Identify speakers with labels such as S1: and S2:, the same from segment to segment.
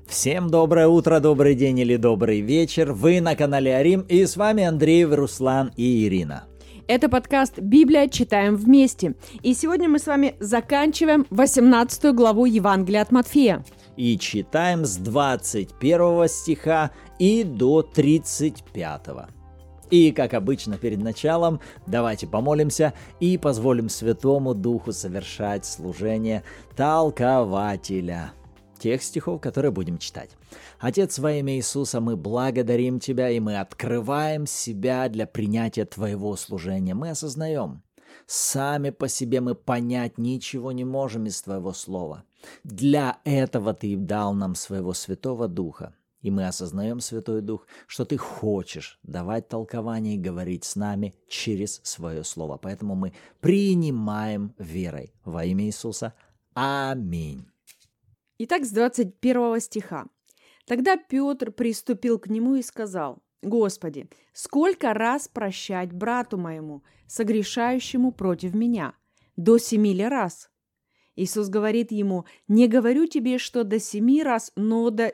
S1: Всем доброе утро, добрый день или добрый вечер. Вы на канале Арим, и с вами Андрей, Руслан и Ирина.
S2: Это подкаст «Библия. Читаем вместе». И сегодня мы с вами заканчиваем 18 главу Евангелия от Матфея.
S1: И читаем с 21 стиха и до 35. И, как обычно, перед началом давайте помолимся и позволим Святому Духу совершать служение толкователя тех стихов, которые будем читать. Отец, во имя Иисуса, мы благодарим Тебя, и мы открываем себя для принятия Твоего служения. Мы осознаем, сами по себе мы понять ничего не можем из Твоего Слова. Для этого Ты дал нам своего Святого Духа. И мы осознаем, Святой Дух, что Ты хочешь давать толкование и говорить с нами через Свое Слово. Поэтому мы принимаем верой. Во имя Иисуса. Аминь.
S2: Итак, с 21 стиха. «Тогда Петр приступил к нему и сказал: Господи, сколько раз прощать брату моему, согрешающему против меня? До 7 раз? Иисус говорит ему: не говорю тебе, что до 7 раз, но до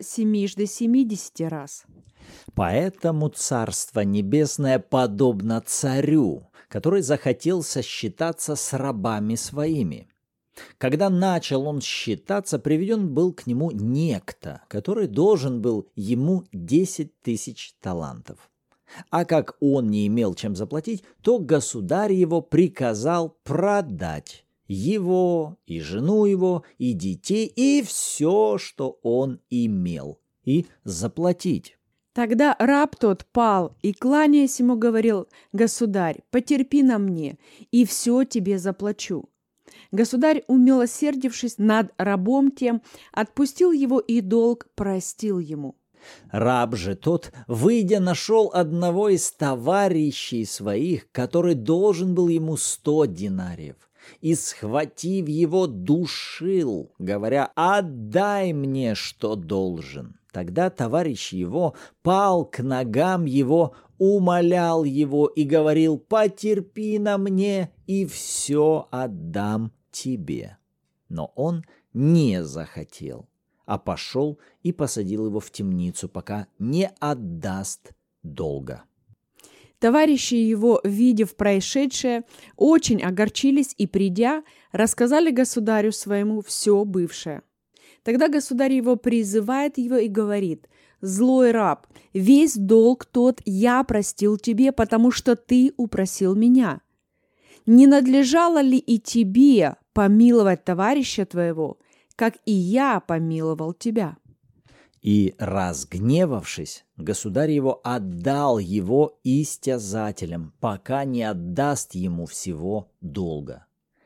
S2: 70 раз.
S1: Поэтому Царство Небесное подобно царю, который захотел сосчитаться с рабами своими. Когда начал он считаться, приведен был к нему некто, который должен был ему 10 тысяч талантов. А как он не имел чем заплатить, то государь его приказал продать его, и жену его, и детей, и все, что он имел, и заплатить.
S2: Тогда раб тот пал и, кланяясь ему, говорил: Государь, потерпи на мне, и все тебе заплачу. Государь, умилосердившись над рабом тем, отпустил его, и долг простил ему.
S1: Раб же тот, выйдя, нашел одного из товарищей своих, который должен был ему 100 динариев, и, схватив его, душил, говоря: «Отдай мне, что должен». Тогда товарищ его пал к ногам его, умолял его и говорил: «Потерпи на мне, и все отдам тебе». Но он не захотел, а пошел и посадил его в темницу, пока не отдаст долга.
S2: Товарищи его, видев происшедшее, очень огорчились и, придя, рассказали государю своему все бывшее. Тогда государь его призывает его и говорит: «Злой раб, весь долг тот я простил тебе, потому что ты упросил меня. Не надлежало ли и тебе помиловать товарища твоего, как и я помиловал тебя?»
S1: И, разгневавшись, государь его отдал его истязателям, пока не отдаст ему всего долга.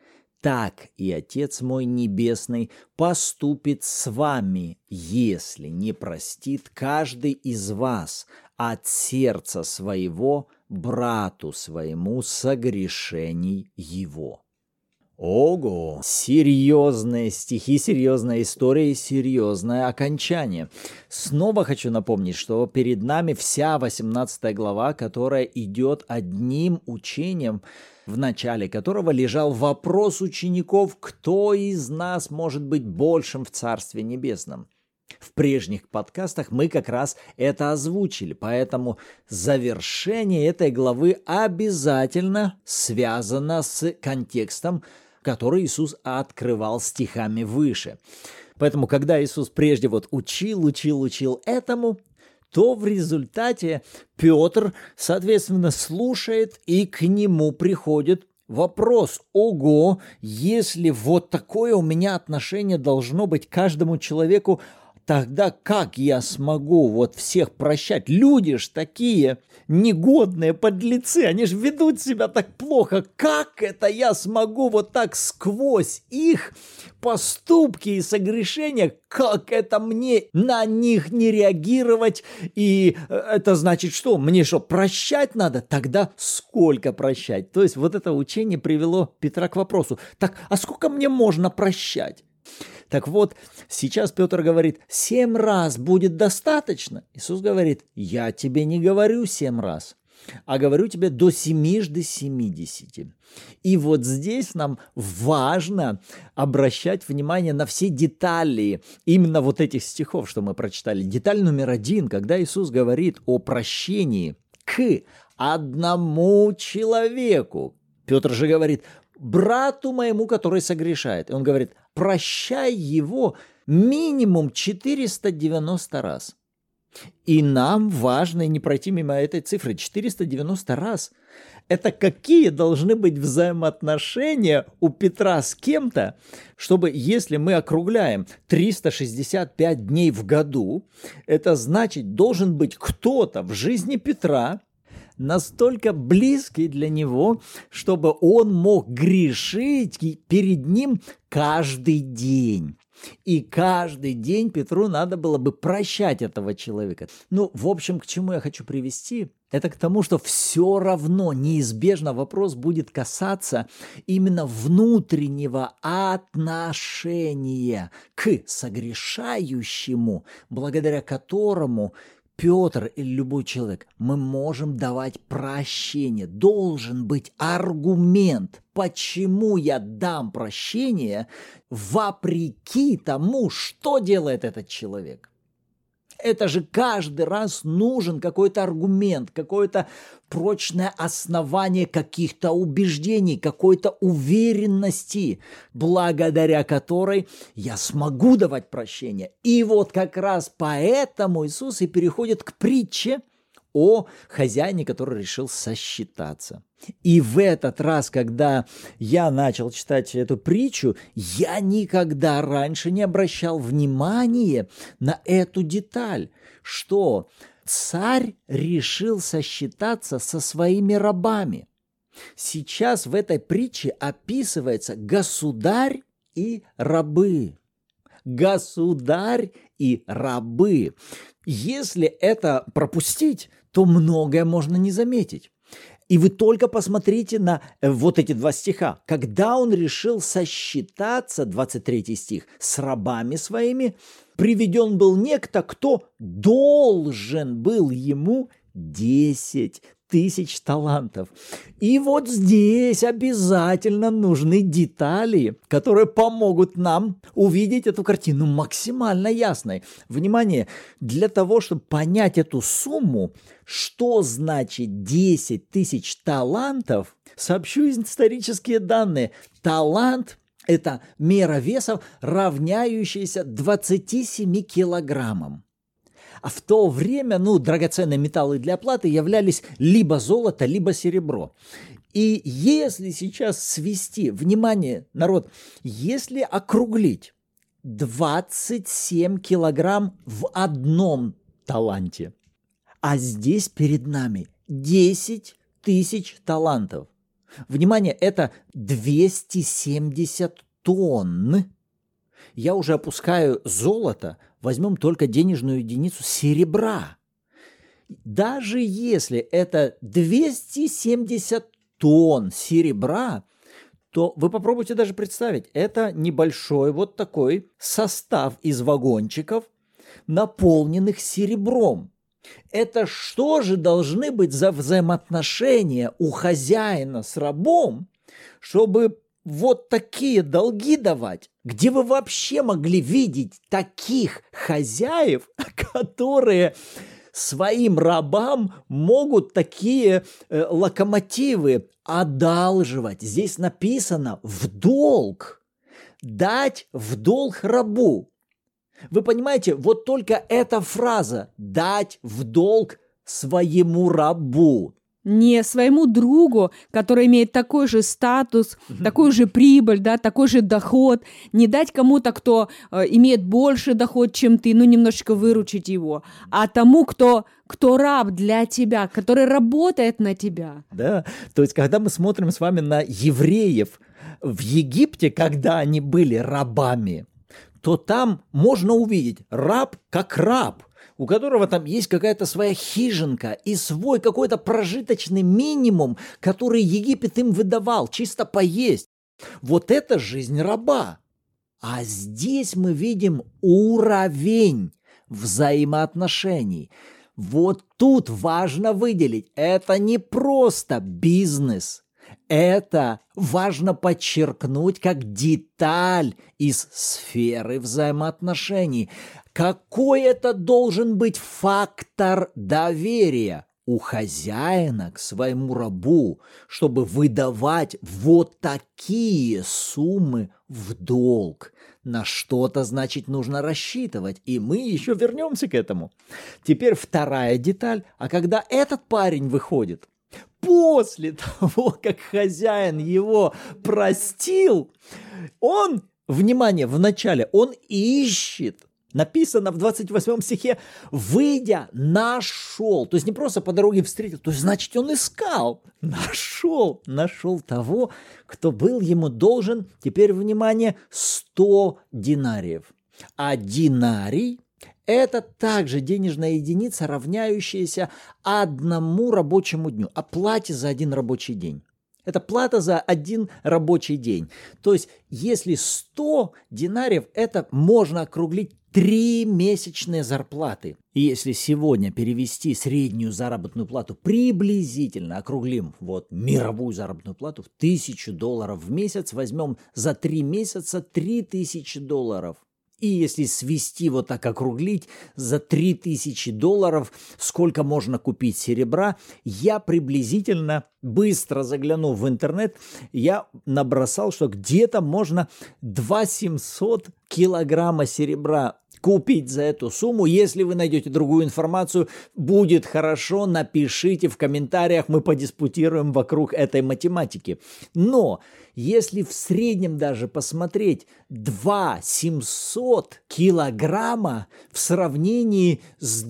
S1: Так и Отец мой Небесный поступит с вами, если не простит каждый из вас от сердца своего брату своему согрешений его». Ого! Серьезные стихи, серьезная история и серьезное окончание. Снова хочу напомнить, что перед нами вся 18 глава, которая идет одним учением, в начале которого лежал вопрос учеников: кто из нас может быть большим в Царстве Небесном? В прежних подкастах мы как раз это озвучили, поэтому завершение этой главы обязательно связано с контекстом, который Иисус открывал стихами выше. Поэтому, когда Иисус прежде учил этому, то в результате Петр, соответственно, слушает, и к нему приходит вопрос: ого, если вот такое у меня отношение должно быть к каждому человеку, тогда как я смогу вот всех прощать? Люди ж такие негодные подлецы, они ж ведут себя так плохо. Как это я смогу вот так сквозь их поступки и согрешения, как это мне на них не реагировать? И это значит что? Мне что, прощать надо? Тогда сколько прощать? То есть вот это учение привело Петра к вопросу: так, а сколько мне можно прощать? Так вот, сейчас Петр говорит: 7 раз будет достаточно. Иисус говорит: я тебе не говорю 7 раз. а говорю тебе до 70. И вот здесь нам важно обращать внимание на все детали именно вот этих стихов, что мы прочитали. Деталь номер 1, когда Иисус говорит о прощении к одному человеку. Петр же говорит: брату моему, который согрешает. И он говорит: прощай его минимум 490 раз. И нам важно не пройти мимо этой цифры. 490 раз. Это какие должны быть взаимоотношения у Петра с кем-то, чтобы, если мы округляем 365 дней в году, это значит, должен быть кто-то в жизни Петра, настолько близкий для него, чтобы он мог грешить перед ним каждый день. И каждый день Петру надо было бы прощать этого человека. В общем, к чему я хочу привести? Это к тому, что все равно неизбежно вопрос будет касаться именно внутреннего отношения к согрешающему, благодаря которому Петр или любой человек, мы можем давать прощение. Должен быть аргумент, почему я дам прощение вопреки тому, что делает этот человек. Это же каждый раз нужен какой-то аргумент, какое-то прочное основание каких-то убеждений, какой-то уверенности, благодаря которой я смогу давать прощение. И вот как раз поэтому Иисус и переходит к притче о хозяине, который решил сосчитаться. И в этот раз, когда я начал читать эту притчу, я никогда раньше не обращал внимания на эту деталь, что царь решил сосчитаться со своими рабами. Сейчас в этой притче описывается государь и рабы. Государь и рабы. Если это пропустить, то многое можно не заметить. И вы только посмотрите на вот эти 2 стиха. Когда он решил сосчитаться, 23 стих, с рабами своими, приведен был некто, кто должен был ему 10 тысяч талантов. И вот здесь обязательно нужны детали, которые помогут нам увидеть эту картину максимально ясной. Внимание, для того, чтобы понять эту сумму, что значит 10 тысяч талантов, сообщу исторические данные. Талант – это мера весов, равняющаяся 27 килограммам. А в то время, драгоценные металлы для оплаты являлись либо золото, либо серебро. И если сейчас свести, внимание, народ, если округлить 27 килограмм в одном таланте, а здесь перед нами 10 тысяч талантов. Внимание, это 270 тонн. Я уже опускаю золото, возьмем только денежную единицу серебра. Даже если это 270 тонн серебра, то вы попробуйте даже представить, это небольшой вот такой состав из вагончиков, наполненных серебром. Это что же должны быть за взаимоотношения у хозяина с рабом, чтобы вот такие долги давать? Где вы вообще могли видеть таких хозяев, которые своим рабам могут такие локомотивы одалживать? Здесь написано «в долг», «дать в долг рабу». Вы понимаете, вот только эта фраза «дать в долг своему рабу».
S2: Не своему другу, который имеет такой же статус, такую же прибыль, такой же доход, не дать кому-то, кто имеет больше доход, чем ты, немножечко выручить его, а тому, кто раб для тебя, который работает на тебя.
S1: Да, то есть, когда мы смотрим с вами на евреев в Египте, когда они были рабами, то там можно увидеть раб как раб, у которого там есть какая-то своя хижинка и свой какой-то прожиточный минимум, который Египет им выдавал, чисто поесть. Вот это жизнь раба. А здесь мы видим уровень взаимоотношений. Вот тут важно выделить, это не просто бизнес. Это важно подчеркнуть как деталь из сферы взаимоотношений. Какой это должен быть фактор доверия у хозяина к своему рабу, чтобы выдавать вот такие суммы в долг? На что-то, значит, нужно рассчитывать, и мы еще вернемся к этому. Теперь вторая деталь. А когда этот парень выходит, после того, как хозяин его простил, он, внимание, вначале он ищет. Написано в 28 стихе, выйдя, нашел. То есть не просто по дороге встретил, то есть значит он искал. Нашел того, кто был ему должен, теперь внимание, 100 динариев. А динарий – это также денежная единица, равняющаяся 1 рабочему дню, оплате за 1 рабочий день. Это плата за 1 рабочий день. То есть, если 100 динариев, это можно округлить 3 месячные зарплаты. И если сегодня перевести среднюю заработную плату, приблизительно округлим мировую заработную плату в $1000 в месяц, возьмем за 3 месяца $3000. И если свести так округлить, за $3000 сколько можно купить серебра, я приблизительно быстро заглянув в интернет, я набросал, что где-то можно 2700 килограмма серебра купить за эту сумму. Если вы найдете другую информацию, будет хорошо, напишите в комментариях, мы подиспутируем вокруг этой математики. Но если в среднем даже посмотреть 2700 килограмма в сравнении с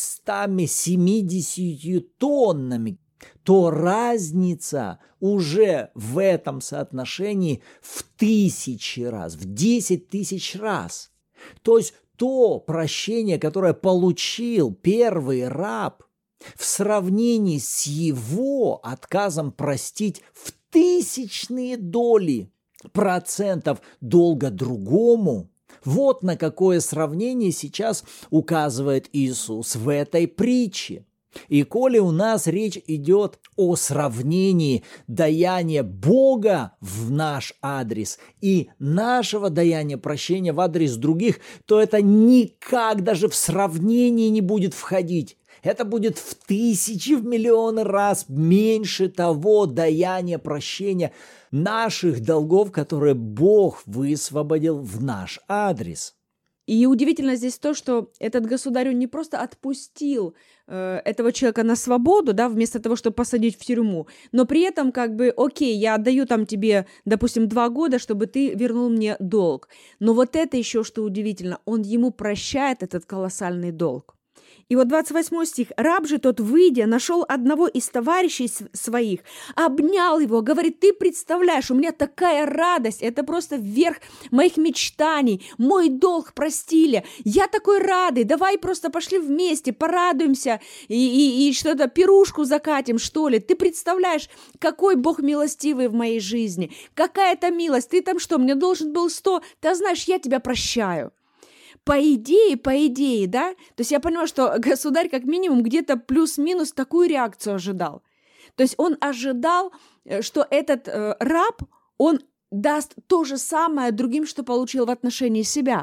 S1: 270 тоннами, то разница уже в этом соотношении в 1000 раз, в 10 тысяч раз. То есть то прощение, которое получил первый раб, в сравнении с его отказом простить в 1000 доли процентов долга другому, вот на какое сравнение сейчас указывает Иисус в этой притче. И коли у нас речь идет о сравнении даяния Бога в наш адрес и нашего даяния прощения в адрес других, то это никак даже в сравнении не будет входить. Это будет в 1000, в миллионы раз меньше того даяния прощения наших долгов, которые Бог высвободил в наш адрес.
S2: И удивительно здесь то, что этот государь он не просто отпустил этого человека на свободу, да, вместо того, чтобы посадить в тюрьму, но при этом окей, я отдаю тебе, допустим, 2 года, чтобы ты вернул мне долг. Но вот это еще, что удивительно, он ему прощает этот колоссальный долг. И 28 стих. «Раб же тот, выйдя, нашел одного из товарищей своих, обнял его, говорит, ты представляешь, у меня такая радость, это просто верх моих мечтаний, мой долг простили, я такой радый, давай просто пошли вместе, порадуемся и что-то, пирушку закатим, что ли, ты представляешь, какой Бог милостивый в моей жизни, какая-то милость, ты там что, мне должен был 100, ты знаешь, я тебя прощаю». По идее, да? То есть я понимаю, что государь как минимум где-то плюс-минус такую реакцию ожидал. То есть он ожидал, что этот раб, он даст то же самое другим, что получил в отношении себя.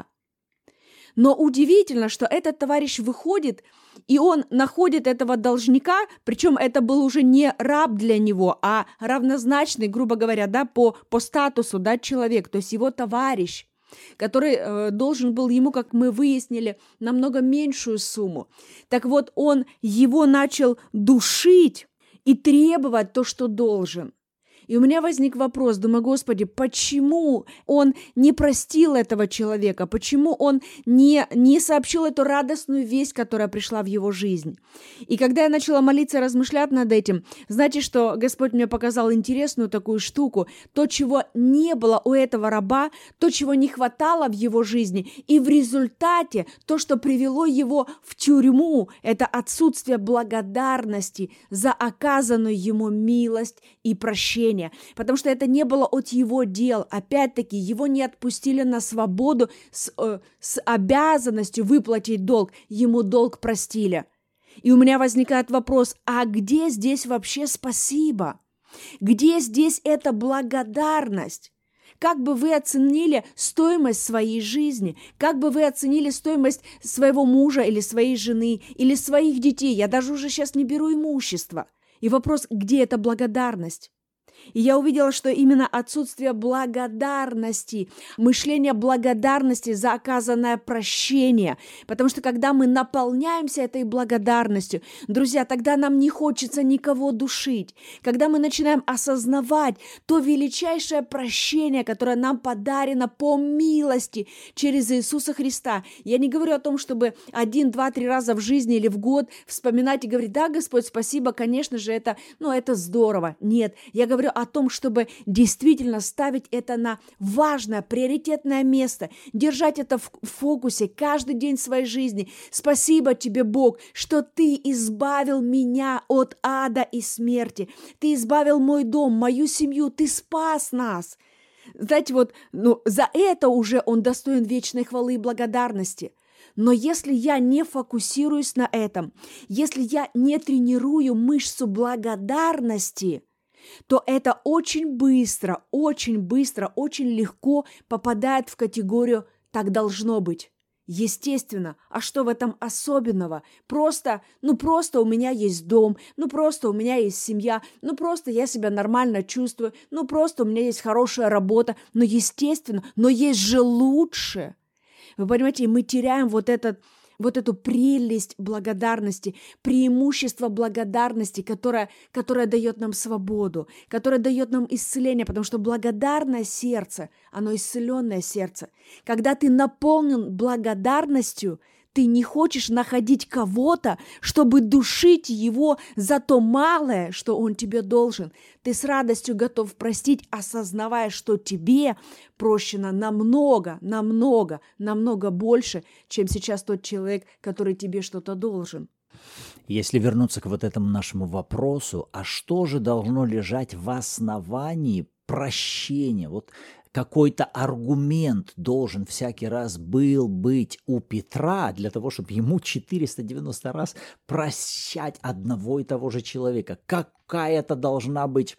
S2: Но удивительно, что этот товарищ выходит, и он находит этого должника, причем это был уже не раб для него, а равнозначный, грубо говоря, да, по статусу, да, человек, то есть его товарищ, который должен был ему, как мы выяснили, намного меньшую сумму. Так вот, он его начал душить и требовать то, что должен. И у меня возник вопрос, думаю, Господи, почему он не простил этого человека, почему он не сообщил эту радостную весть, которая пришла в его жизнь? И когда я начала молиться и размышлять над этим, знаете, что Господь мне показал интересную такую штуку, то, чего не было у этого раба, то, чего не хватало в его жизни, и в результате то, что привело его в тюрьму, это отсутствие благодарности за оказанную ему милость и прощение. Потому что это не было от его дел. Опять-таки, его не отпустили на свободу с обязанностью выплатить долг. Ему долг простили. И у меня возникает вопрос, а где здесь вообще спасибо? Где здесь эта благодарность? Как бы вы оценили стоимость своей жизни? Как бы вы оценили стоимость своего мужа или своей жены, или своих детей? Я даже уже сейчас не беру имущество. И вопрос, где эта благодарность? И я увидела, что именно отсутствие благодарности, мышление благодарности за оказанное прощение. Потому что когда мы наполняемся этой благодарностью, друзья, тогда нам не хочется никого душить. Когда мы начинаем осознавать то величайшее прощение, которое нам подарено по милости через Иисуса Христа. Я не говорю о том, чтобы 1, 2, 3 раза в жизни или в год вспоминать и говорить: да, Господь, спасибо, конечно же, это здорово. Нет, я говорю о том, чтобы действительно ставить это на важное, приоритетное место, держать это в фокусе каждый день своей жизни. Спасибо тебе, Бог, что ты избавил меня от ада и смерти. Ты избавил мой дом, мою семью, ты спас нас. Знаете, за это уже он достоин вечной хвалы и благодарности. Но если я не фокусируюсь на этом, если я не тренирую мышцу благодарности, то это очень быстро, очень легко попадает в категорию «так должно быть». Естественно, а что в этом особенного? Просто у меня есть дом, просто у меня есть семья, просто я себя нормально чувствую, просто у меня есть хорошая работа, естественно, но есть же лучше. Вы понимаете, мы теряем вот эту прелесть благодарности, преимущество благодарности, которое дает нам свободу, которое дает нам исцеление, потому что благодарное сердце, оно исцеленное сердце. Когда ты наполнен благодарностью, ты не хочешь находить кого-то, чтобы душить его за то малое, что он тебе должен. Ты с радостью готов простить, осознавая, что тебе прощено намного больше, чем сейчас тот человек, который тебе что-то должен.
S1: Если вернуться к вот этому нашему вопросу, а что же должно лежать в основании прощения? Вот какой-то аргумент должен всякий раз быть у Петра для того, чтобы ему 490 раз прощать одного и того же человека. Какая-то должна быть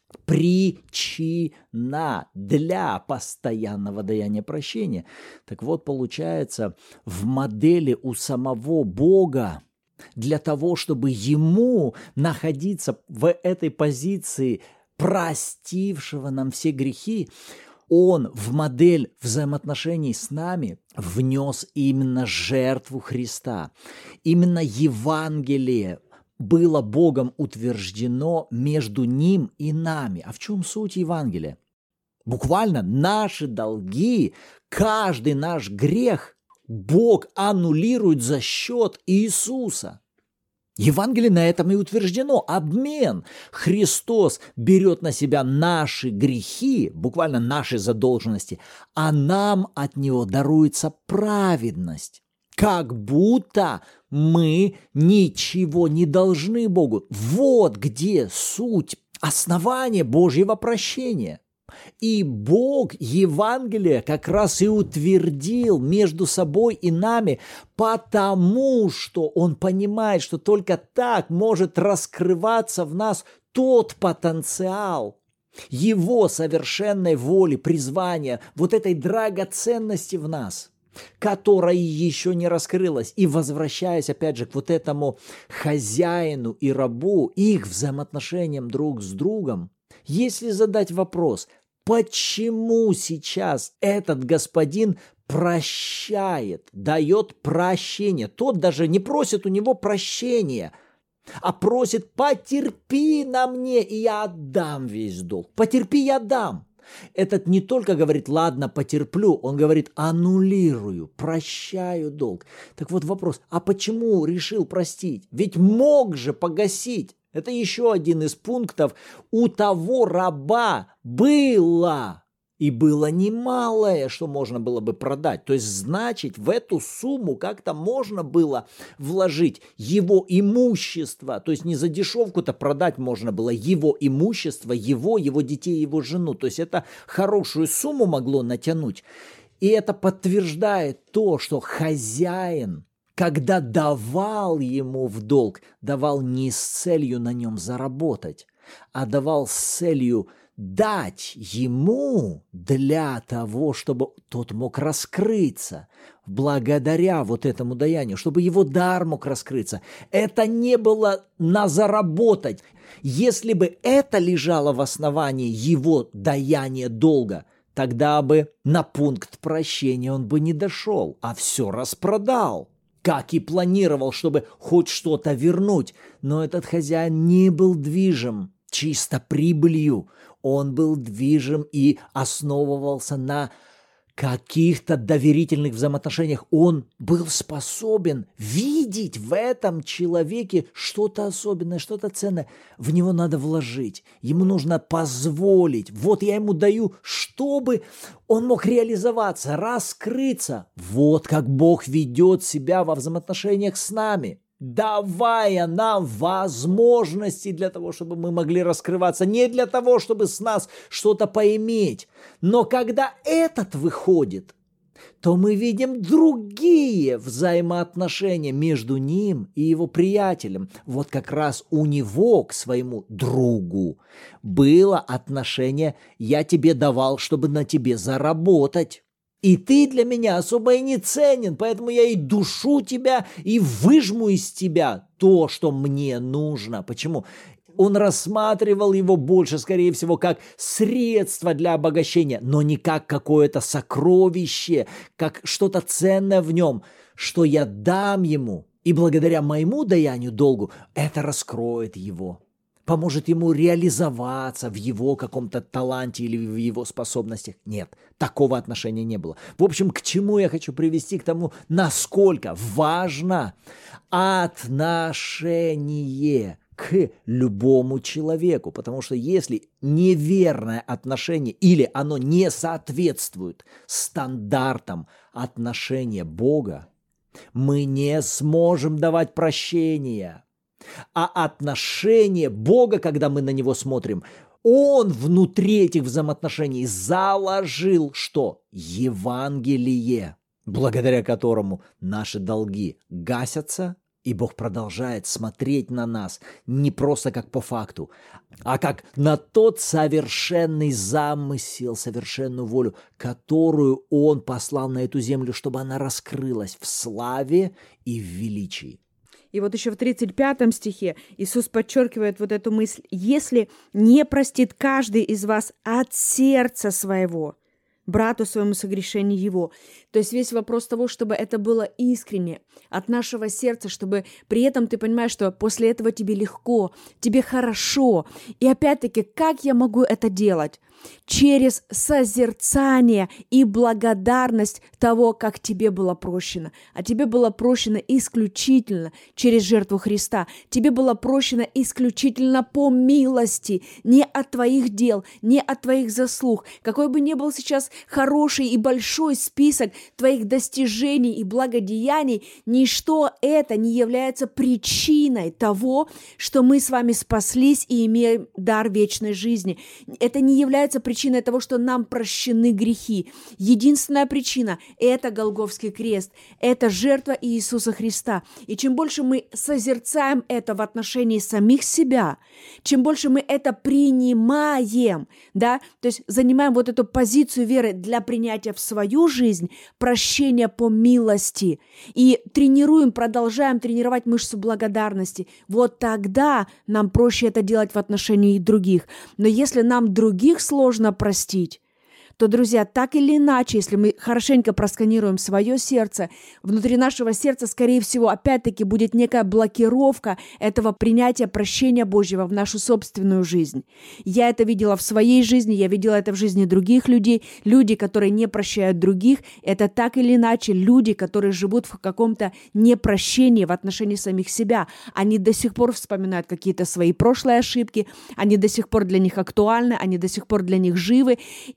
S1: причина для постоянного даяния прощения. Так вот, получается, в модели у самого Бога для того, чтобы ему находиться в этой позиции простившего нам все грехи, он в модель взаимоотношений с нами внес именно жертву Христа. Именно Евангелие было Богом утверждено между Ним и нами. А в чем суть Евангелия? Буквально наши долги, каждый наш грех Бог аннулирует за счет Иисуса. Евангелие на этом и утверждено. Обмен. Христос берет на себя наши грехи, буквально наши задолженности, а нам от Него даруется праведность. Как будто мы ничего не должны Богу. Вот где суть, основание Божьего прощения. И Бог Евангелие как раз и утвердил между собой и нами, потому что Он понимает, что только так может раскрываться в нас тот потенциал Его совершенной воли, призвания, вот этой драгоценности в нас, которая еще не раскрылась. И возвращаясь опять же к вот этому хозяину и рабу, их взаимоотношениям друг с другом, если задать вопрос, почему сейчас этот господин прощает, дает прощение, тот даже не просит у него прощения, а просит: потерпи на мне, и я отдам весь долг. Потерпи, я дам. Этот не только говорит: ладно, потерплю, он говорит: аннулирую, прощаю долг. Так вот вопрос, а почему решил простить? Ведь мог же погасить. Это еще один из пунктов. У того раба было, и было немалое, что можно было бы продать. То есть, значит, в эту сумму как-то можно было вложить его имущество. То есть, не за дешевку-то продать можно было его имущество, его детей, его жену. То есть, это хорошую сумму могло натянуть. И это подтверждает то, что хозяин когда давал ему в долг, давал не с целью на нем заработать, а давал с целью дать ему для того, чтобы тот мог раскрыться благодаря вот этому даянию, чтобы его дар мог раскрыться. Это не было на заработать. Если бы это лежало в основании его даяния долга, тогда бы на пункт прощения он бы не дошел, а все распродал, как и планировал, чтобы хоть что-то вернуть. Но этот хозяин не был движим чисто прибылью. Он был движим и основывался на каких-то доверительных взаимоотношениях. Он был способен видеть в этом человеке что-то особенное, что-то ценное. В него надо вложить. Ему нужно позволить. Вот я ему даю, чтобы он мог реализоваться, раскрыться. Вот как Бог ведет себя во взаимоотношениях с нами, давая нам возможности для того, чтобы мы могли раскрываться, не для того, чтобы с нас что-то поиметь. Но когда этот выходит, то мы видим другие взаимоотношения между ним и его приятелем. Вот как раз у него к своему другу было отношение «я тебе давал, чтобы на тебе заработать». И ты для меня особо и не ценен, поэтому я и душу тебя, и выжму из тебя то, что мне нужно. Почему? Он рассматривал его больше, скорее всего, как средство для обогащения, но не как какое-то сокровище, как что-то ценное в нем, что я дам ему, и благодаря моему даянию долгу это раскроет его. Поможет ему реализоваться в его каком-то таланте или в его способностях. Нет, такого отношения не было. В общем, к чему я хочу привести? К тому, насколько важно отношение к любому человеку. Потому что если неверное отношение или оно не соответствует стандартам отношения Бога, мы не сможем давать прощения. А отношение Бога, когда мы на Него смотрим, Он внутри этих взаимоотношений заложил что? Евангелие, благодаря которому наши долги гасятся, и Бог продолжает смотреть на нас не просто как по факту, а как на тот совершенный замысел, совершенную волю, которую Он послал на эту землю, чтобы она раскрылась в славе и в величии.
S2: И вот еще в 35 стихе Иисус подчеркивает вот эту мысль: «Если не простит каждый из вас от сердца своего брату своему согрешение его». То есть весь вопрос того, чтобы это было искренне, от нашего сердца, чтобы при этом ты понимаешь, что после этого тебе легко, тебе хорошо. И опять-таки, как я могу это делать? Через созерцание и благодарность того, как тебе было прощено. А тебе было прощено исключительно через жертву Христа. Тебе было прощено исключительно по милости, не от твоих дел, не от твоих заслуг. Какой бы ни был сейчас хороший и большой список твоих достижений и благодеяний, ничто это не является причиной того, что мы с вами спаслись и имеем дар вечной жизни. Это не является причиной того, что нам прощены грехи. Единственная причина – это Голгофский крест, это жертва Иисуса Христа. И чем больше мы созерцаем это в отношении самих себя, чем больше мы это принимаем, да, то есть занимаем вот эту позицию веры для принятия в свою жизнь, прощения по милости, и продолжаем тренировать мышцу благодарности, вот тогда нам проще это делать в отношении других. Но если нам других сложно простить, то, друзья, так или иначе, если мы хорошенько просканируем свое сердце, внутри нашего сердца, скорее всего, опять-таки будет некая блокировка этого принятия прощения Божьего в нашу собственную жизнь. Я это видела в своей жизни, я видела это в жизни других людей. Люди, которые не прощают других, это так или иначе люди, которые живут в каком-то непрощении в отношении самих себя. Они до сих пор вспоминают какие-то свои прошлые ошибки, они до сих пор для них актуальны, они до сих пор для них живы, и они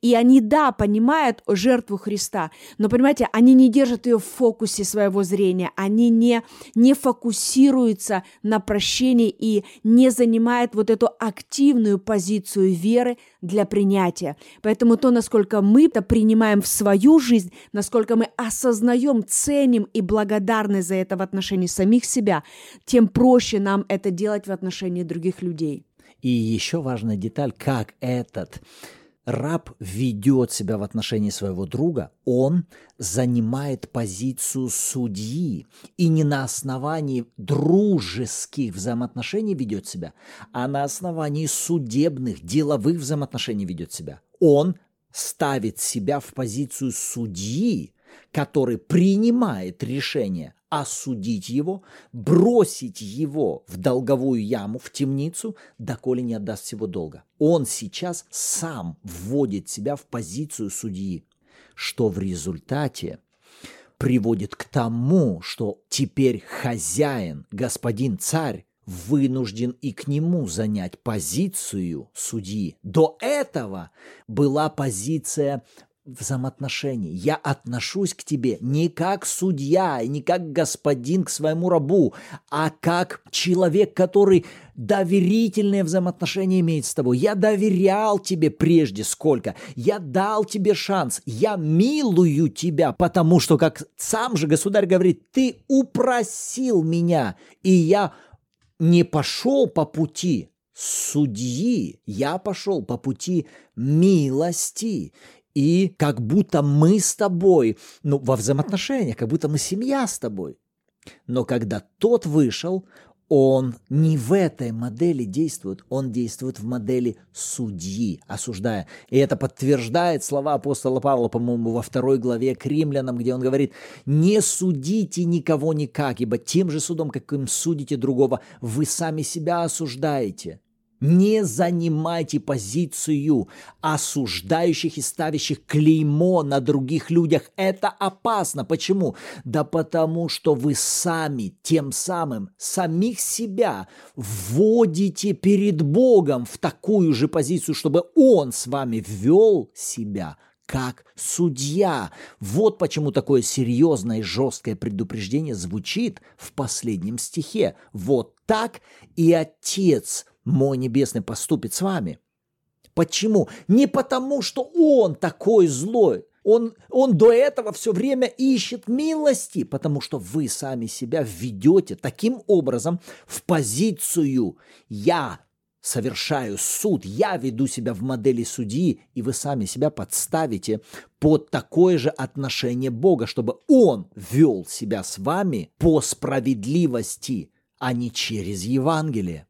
S2: да, понимают жертву Христа, но, понимаете, они не держат ее в фокусе своего зрения, они не фокусируются на прощении и не занимают вот эту активную позицию веры для принятия. Поэтому то, насколько мы это принимаем в свою жизнь, насколько мы осознаем, ценим и благодарны за это в отношении самих себя, тем проще нам это делать в отношении других людей.
S1: И еще важная деталь, как этот раб ведет себя в отношении своего друга, он занимает позицию судьи и не на основании дружеских взаимоотношений ведет себя, а на основании судебных, деловых взаимоотношений ведет себя. Он ставит себя в позицию судьи, который принимает решение осудить его, бросить его в долговую яму, в темницу, доколе не отдаст всего долга. Он сейчас сам вводит себя в позицию судьи, что в результате приводит к тому, что теперь хозяин, господин царь, вынужден и к нему занять позицию судьи. До этого была позиция взаимоотношений. Я отношусь к тебе не как судья и не как господин к своему рабу, а как человек, который доверительные взаимоотношения имеет с тобой. Я доверял тебе прежде сколько. Я дал тебе шанс. Я милую тебя, потому что, как сам же государь говорит, ты упросил меня, и я не пошел по пути судьи, я пошел по пути милости. И как будто мы с тобой, во взаимоотношениях, как будто мы семья с тобой. Но когда тот вышел, он не в этой модели действует, он действует в модели судьи, осуждая. И это подтверждает слова апостола Павла, по-моему, во 2 главе к Римлянам, где он говорит: «Не судите никого никак, ибо тем же судом, каким судите другого, вы сами себя осуждаете». Не занимайте позицию осуждающих и ставящих клеймо на других людях. Это опасно. Почему? Да потому что вы сами тем самым самих себя вводите перед Богом в такую же позицию, чтобы Он с вами ввел себя как судья. Вот почему такое серьезное и жесткое предупреждение звучит в последнем стихе. Вот так и Отец мой Небесный поступит с вами. Почему? Не потому, что Он такой злой. Он до этого все время ищет милости, потому что вы сами себя введете таким образом в позицию «я совершаю суд, я веду себя в модели судьи», и вы сами себя подставите под такое же отношение Бога, чтобы Он вел себя с вами по справедливости, а не через Евангелие.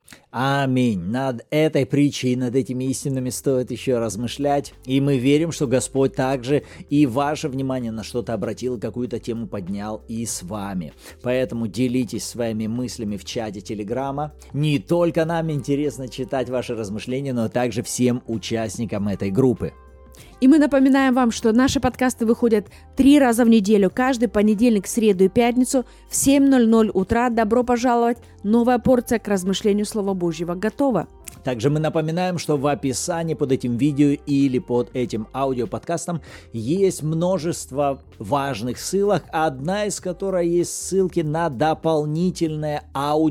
S1: Аминь. Над этой притчей и над этими истинами стоит еще размышлять. И мы верим, что Господь также и ваше внимание на что-то обратил, какую-то тему поднял и с вами. Поэтому делитесь своими мыслями в чате Телеграма. Не только нам интересно читать ваши размышления, но также всем участникам этой группы.
S2: И мы напоминаем вам, что наши подкасты выходят 3 раза в неделю, каждый понедельник, среду и пятницу в 7:00 утра. Добро пожаловать! Новая порция к размышлению Слова Божьего готова.
S1: Также мы напоминаем, что в описании под этим видео или под этим аудиоподкастом есть множество важных ссылок, одна из которых есть ссылки на дополнительные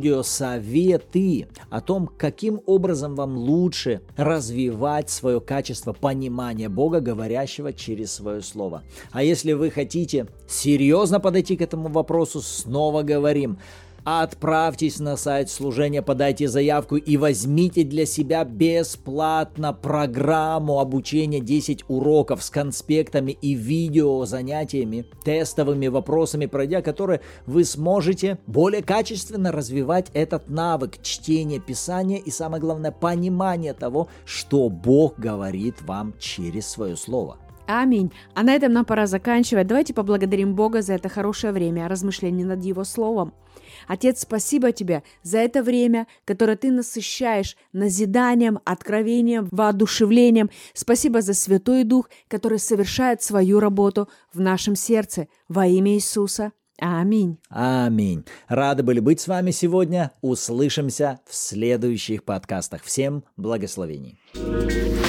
S1: аудиосоветы о том, каким образом вам лучше развивать свое качество понимания Бога, говорящего через свое слово. А если вы хотите серьезно подойти к этому вопросу, снова говорим: отправьтесь на сайт служения, подайте заявку и возьмите для себя бесплатно программу обучения 10 уроков с конспектами и видео занятиями, тестовыми вопросами, пройдя которые вы сможете более качественно развивать этот навык чтения Писания и, самое главное, понимания того, что Бог говорит вам через свое слово.
S2: Аминь. А на этом нам пора заканчивать. Давайте поблагодарим Бога за это хорошее время размышлений над Его Словом. Отец, спасибо Тебе за это время, которое Ты насыщаешь назиданием, откровением, воодушевлением. Спасибо за Святой Дух, который совершает свою работу в нашем сердце. Во имя Иисуса. Аминь.
S1: Аминь. Рады были быть с вами сегодня. Услышимся в следующих подкастах. Всем благословений.